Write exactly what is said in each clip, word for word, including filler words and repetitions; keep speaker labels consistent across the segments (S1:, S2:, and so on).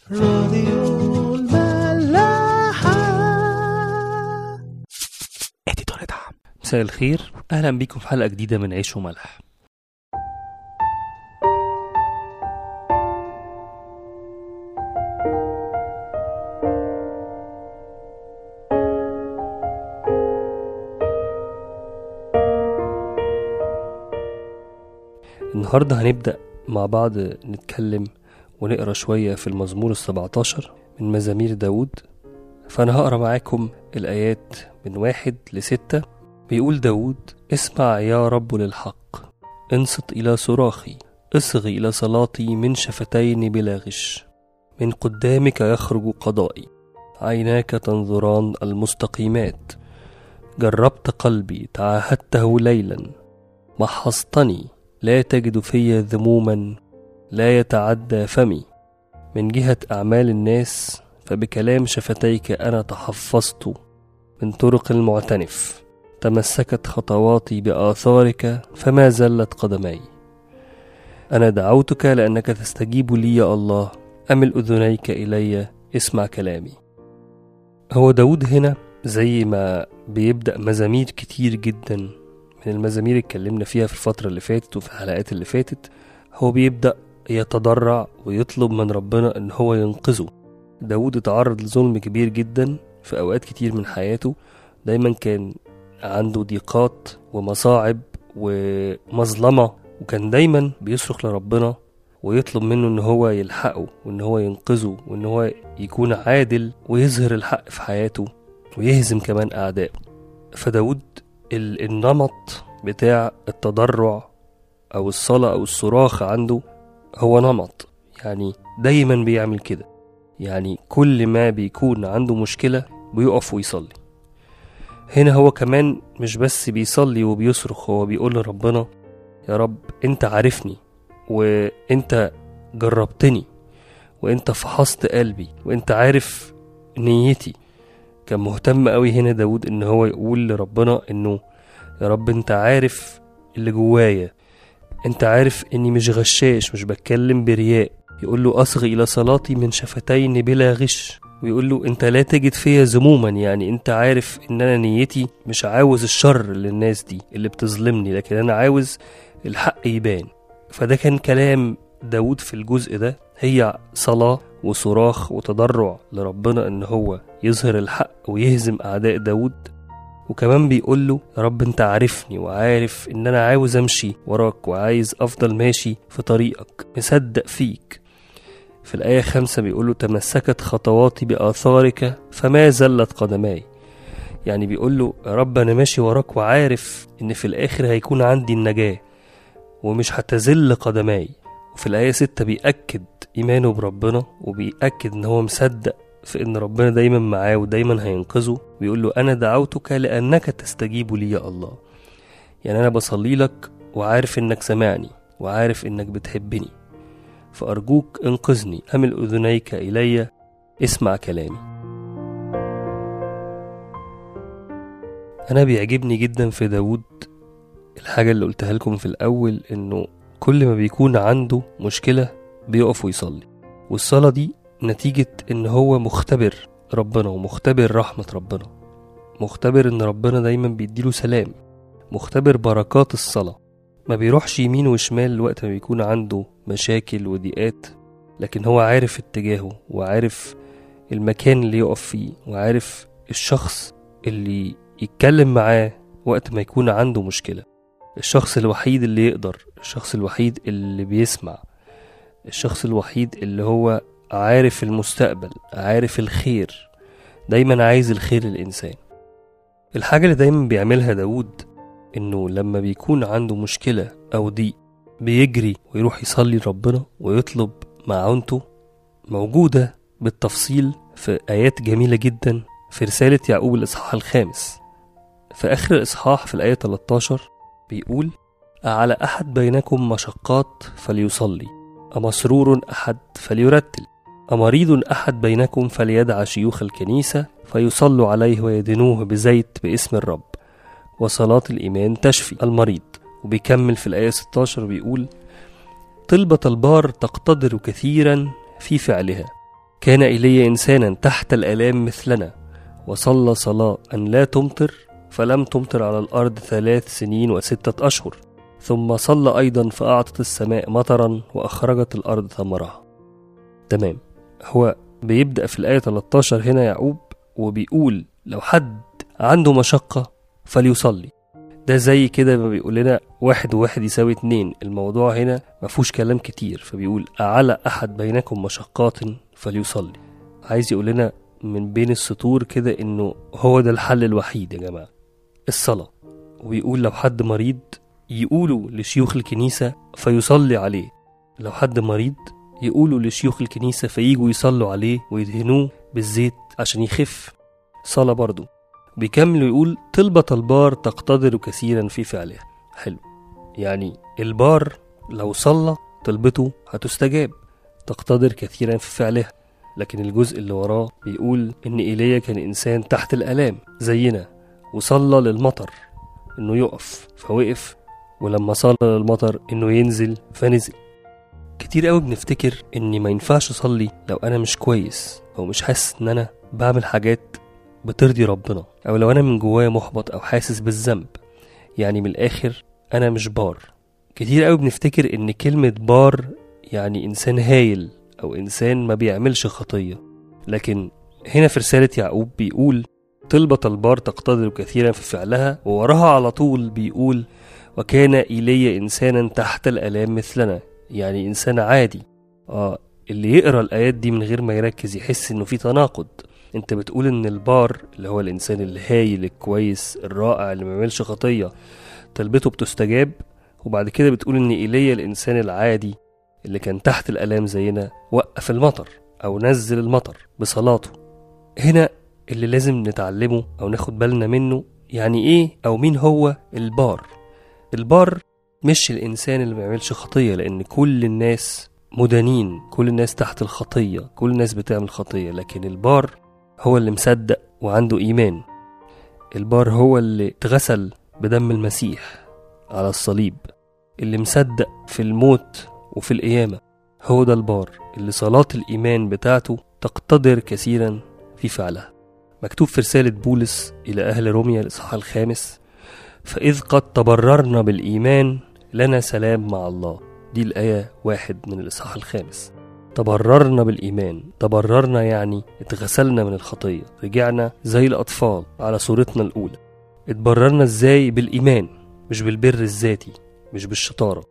S1: راديو الملاحة.
S2: اديتور دعم. مساء الخير، اهلا بيكم في حلقة جديدة من عيش وملح. النهاردة هنبدأ مع بعض نتكلم ونقرأ شوية في المزمور السبعتاشر من مزامير داود. فأنا هقرأ معاكم الآيات من واحد لستة. بيقول داود: اسمع يا رب للحق، انصت إلى صراخي، اصغ إلى صلاتي من شفتين بلا غش. من قدامك يخرج قضائي، عيناك تنظران المستقيمات. جربت قلبي، تعاهدته ليلا، محصتني، لا تجد في ذموما، لا يتعدى فمي. من جهة أعمال الناس فبكلام شفتيك أنا تحفظت. من طرق المعتنف تمسكت خطواتي بآثارك، فما زلت قدمي. أنا دعوتك لأنك تستجيب لي يا الله، أمل أذنيك إلي، اسمع كلامي. هو داود هنا زي ما بيبدأ مزامير كتير جدا من المزامير اللي اتكلمنا فيها في الفترة اللي فاتت وفي الحلقات اللي فاتت، هو بيبدأ يتضرع ويطلب من ربنا ان هو ينقذه. داود اتعرض لظلم كبير جدا في اوقات كتير من حياته، دايما كان عنده ضيقات ومصاعب ومظلمة، وكان دايما بيصرخ لربنا ويطلب منه ان هو يلحقه وان هو ينقذه وان هو يكون عادل ويظهر الحق في حياته ويهزم كمان اعدائه. فداود النمط بتاع التضرع او الصلاة او الصراخ عنده هو نمط، يعني دايما بيعمل كده. يعني كل ما بيكون عنده مشكلة بيقف ويصلي. هنا هو كمان مش بس بيصلي وبيصرخ، هو بيقول لربنا: يا رب انت عارفني، وانت جربتني، وانت فحصت قلبي، وانت عارف نيتي. كان مهتم قوي هنا داود ان هو يقول لربنا انه يا رب انت عارف اللي جوايا، انت عارف اني مش غشاش، مش بتكلم برياء. يقول له: اصغ الى صلاتي من شفتين بلا غش. ويقول له: انت لا تجد فيا ذموما، يعني انت عارف ان انا نيتي مش عاوز الشر للناس دي اللي بتظلمني، لكن انا عاوز الحق يبان. فده كان كلام داود في الجزء ده، هي صلاة وصراخ وتضرع لربنا ان هو يظهر الحق ويهزم اعداء داود. وكمان بيقول له: يا رب انت عارفني وعارف ان انا عاوز امشي وراك وعايز افضل ماشي في طريقك، مصدق فيك. في الآية خمسة بيقول له: تمسكت خطواتي بآثارك، فما زلت قدماي. يعني بيقول له: يا رب انا ماشي وراك وعارف ان في الاخر هيكون عندي النجاة ومش هتزل قدماي. وفي الآية ستة بيأكد ايمانه بربنا وبيأكد ان هو مصدق في ان ربنا دايما معاه ودايما هينقذه. بيقول له: انا دعوتك لانك تستجيب لي يا الله. يعني انا بصلي لك وعارف انك سمعني وعارف انك بتحبني، فارجوك انقذني، امل اذنيك الي، اسمع كلامي. انا بيعجبني جدا في داود الحاجة اللي قلتها لكم في الاول، انه كل ما بيكون عنده مشكلة بيقف ويصلي. والصلاة دي نتيجة ان هو مختبر ربنا ومختبر رحمة ربنا، مختبر ان ربنا دايما بيديله سلام، مختبر بركات الصلاة. ما بيروحش يمين وشمال وقت ما بيكون عنده مشاكل وضيقات، لكن هو عارف اتجاهه وعارف المكان اللي يقف فيه وعارف الشخص اللي يتكلم معاه وقت ما يكون عنده مشكلة. الشخص الوحيد اللي يقدر، الشخص الوحيد اللي بيسمع، الشخص الوحيد اللي هو عارف المستقبل، عارف الخير، دايما عايز الخير للإنسان. الحاجة اللي دايما بيعملها داود إنه لما بيكون عنده مشكلة أو ضيق بيجري ويروح يصلي ربنا ويطلب معونته. موجودة بالتفصيل في آيات جميلة جدا في رسالة يعقوب الإصحاح الخامس. في آخر الإصحاح في الآية ثلاثة عشر بيقول: أعلى أحد بينكم مشقات فليصلي، أمسرور أحد فليرتل، أمريض أحد بينكم فليدعى شيوخ الكنيسة فيصلوا عليه ويدنوه بزيت باسم الرب، وصلاة الإيمان تشفي المريض. وبيكمل في الآية ستة عشر بيقول: طلبة البار تقتدر كثيرا في فعلها، كان إيليا إنسانا تحت الآلام مثلنا، وصلى صلاة أن لا تمطر، فلم تمطر على الأرض ثلاث سنين وستة أشهر. ثم صلى أيضا فأعطت السماء مطرا وأخرجت الأرض ثمرها. تمام. هو بيبدأ في الآية ثلاثة عشر هنا يعقوب وبيقول لو حد عنده مشقة فليصلي. ده زي كده ما بيقول لنا واحد وواحد يساوي اتنين. الموضوع هنا ما فيهوش كلام كتير، فبيقول أعلى أحد بينكم مشقات فليصلي. عايز يقول لنا من بين السطور كده إنه هو ده الحل الوحيد يا جماعة، الصلاة. ويقول لو حد مريض يقولوا لشيوخ الكنيسة فيصلي عليه. لو حد مريض يقولوا لشيوخ الكنيسة فييجوا يصلوا عليه ويدهنوه بالزيت عشان يخف. صلاة برضو. بيكمل ويقول طلبة البار تقتدر كثيرا في فعلها. حلو، يعني البار لو صلى طلبته هتستجاب، تقتدر كثيرا في فعلها. لكن الجزء اللي وراه بيقول إن إيليا كان إنسان تحت الآلام زينا، وصلى للمطر إنه يقف فوقف، ولما صلى للمطر إنه ينزل فنزل. كتير قوي بنفتكر إني ما ينفعش أصلي لو أنا مش كويس أو مش حاسس إن أنا بعمل حاجات بترضي ربنا، أو لو أنا من جوايا محبط أو حاسس بالذنب. يعني من الآخر أنا مش بار. كتير قوي بنفتكر إن كلمة بار يعني إنسان هايل أو إنسان ما بيعملش خطية. لكن هنا في رسالة يعقوب بيقول طلبة البار تقتدر كثيرا في فعلها، ووراها على طول بيقول وكان إيليا إنسانا تحت الآلام مثلنا، يعني إنسان عادي. آه اللي يقرأ الآيات دي من غير ما يركز يحس إنه في تناقض. انت بتقول ان البار اللي هو الانسان الهايل الكويس الرائع اللي ما بيعملش خطيه طلبته بتستجاب، وبعد كده بتقول ان ايليا الانسان العادي اللي كان تحت الالام زينا وقف المطر او نزل المطر بصلاته. هنا اللي لازم نتعلمه او ناخد بالنا منه يعني ايه او مين هو البار. البار مش الانسان اللي ما بيعملش خطيه، لان كل الناس مدانين، كل الناس تحت الخطيه، كل الناس بتعمل خطيه. لكن البار هو اللي مصدق وعنده إيمان. البار هو اللي اتغسل بدم المسيح على الصليب، اللي مصدق في الموت وفي القيامة. هو ده البار اللي صلاة الإيمان بتاعته تقتدر كثيرا في فعلها. مكتوب في رسالة بولس إلى أهل روميا الإصحاح الخامس فإذ قد تبررنا بالإيمان لنا سلام مع الله. دي الآية واحد من الإصحاح الخامس. تبررنا بالإيمان. تبررنا يعني اتغسلنا من الخطية، رجعنا زي الأطفال على صورتنا الأولى. اتبررنا ازاي؟ بالإيمان، مش بالبر الذاتي، مش بالشطارة.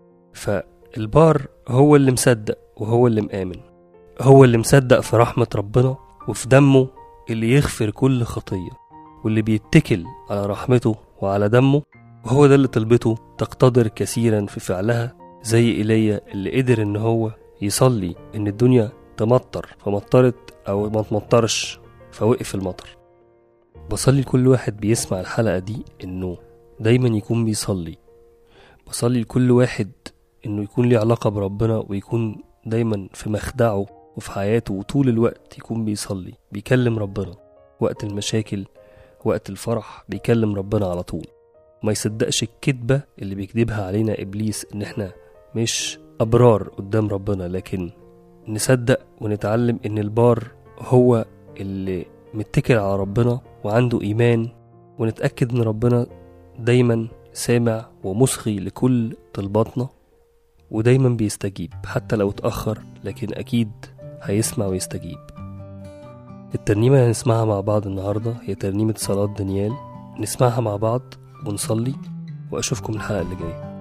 S2: فالبار هو اللي مصدق وهو اللي مآمن، هو اللي مصدق في رحمة ربنا وفي دمه اللي يغفر كل خطية، واللي بيتكل على رحمته وعلى دمه. وهو ده اللي طلبته تقتدر كثيرا في فعلها، زي إيليا اللي قدر ان هو يصلي ان الدنيا تمطر فمطرت او ما تمطرش فوقف المطر. بصلي لكل واحد بيسمع الحلقة دي انه دايما يكون بيصلي. بصلي لكل واحد انه يكون ليه علاقة بربنا ويكون دايما في مخدعه وفي حياته، وطول الوقت يكون بيصلي بيكلم ربنا. وقت المشاكل وقت الفرح بيكلم ربنا على طول. ما يصدقش الكذبة اللي بيكذبها علينا إبليس ان احنا مش أبرار قدام ربنا، لكن نصدق ونتعلم إن البار هو اللي متكل على ربنا وعنده إيمان، ونتأكد إن ربنا دايما سامع ومصغي لكل طلباتنا ودايما بيستجيب حتى لو اتأخر، لكن أكيد هيسمع ويستجيب. الترنيمة اللي هنسمعها مع بعض النهاردة هي ترنيمة صلاة دانيال. نسمعها مع بعض ونصلي، وأشوفكم الحلقة اللي جاية.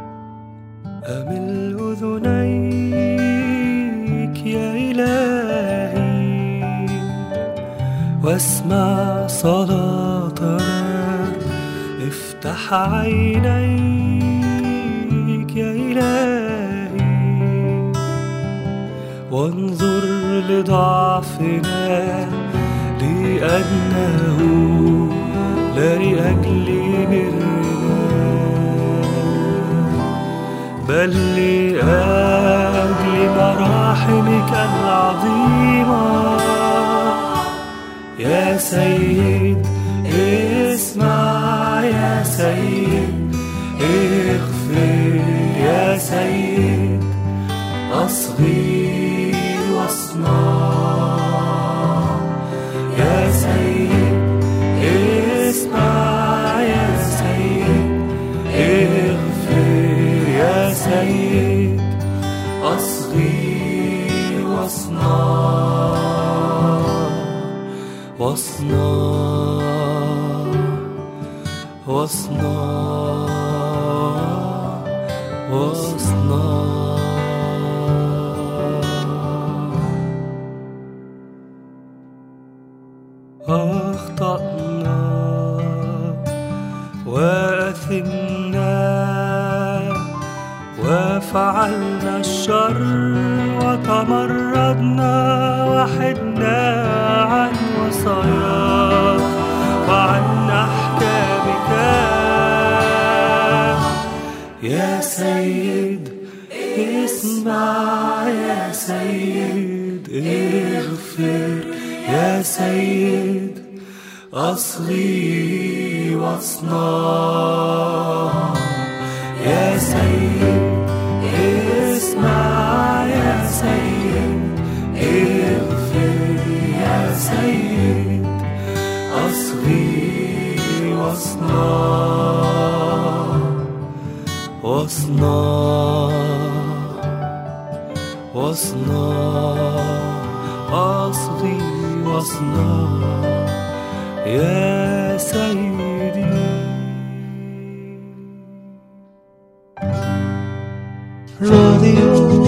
S1: أمل أذنيك يا إلهي واسمع صلاتنا، افتح عينيك يا إلهي وانظر لضعفنا، لأنه لا لأجل برنا بل لأجل مراحمك العظيمة. يا سيد اسمع، يا سيد اغفر، يا سيد أصغي واصنع واصنع واصنع واصنع واصنع. أخطأنا وأثمنا وفعلنا الشر وتمردنا وحدنا عن وصاياك وعن أحكامك. يا سيد اسمع، يا سيد اغفر، يا سيد أصغي واصنع. يا سيد اسمع، يا سيد اغفر، يا سيد أصغي واصنع واصنع واصنع. أصغي واصنع يا سيدي. راديو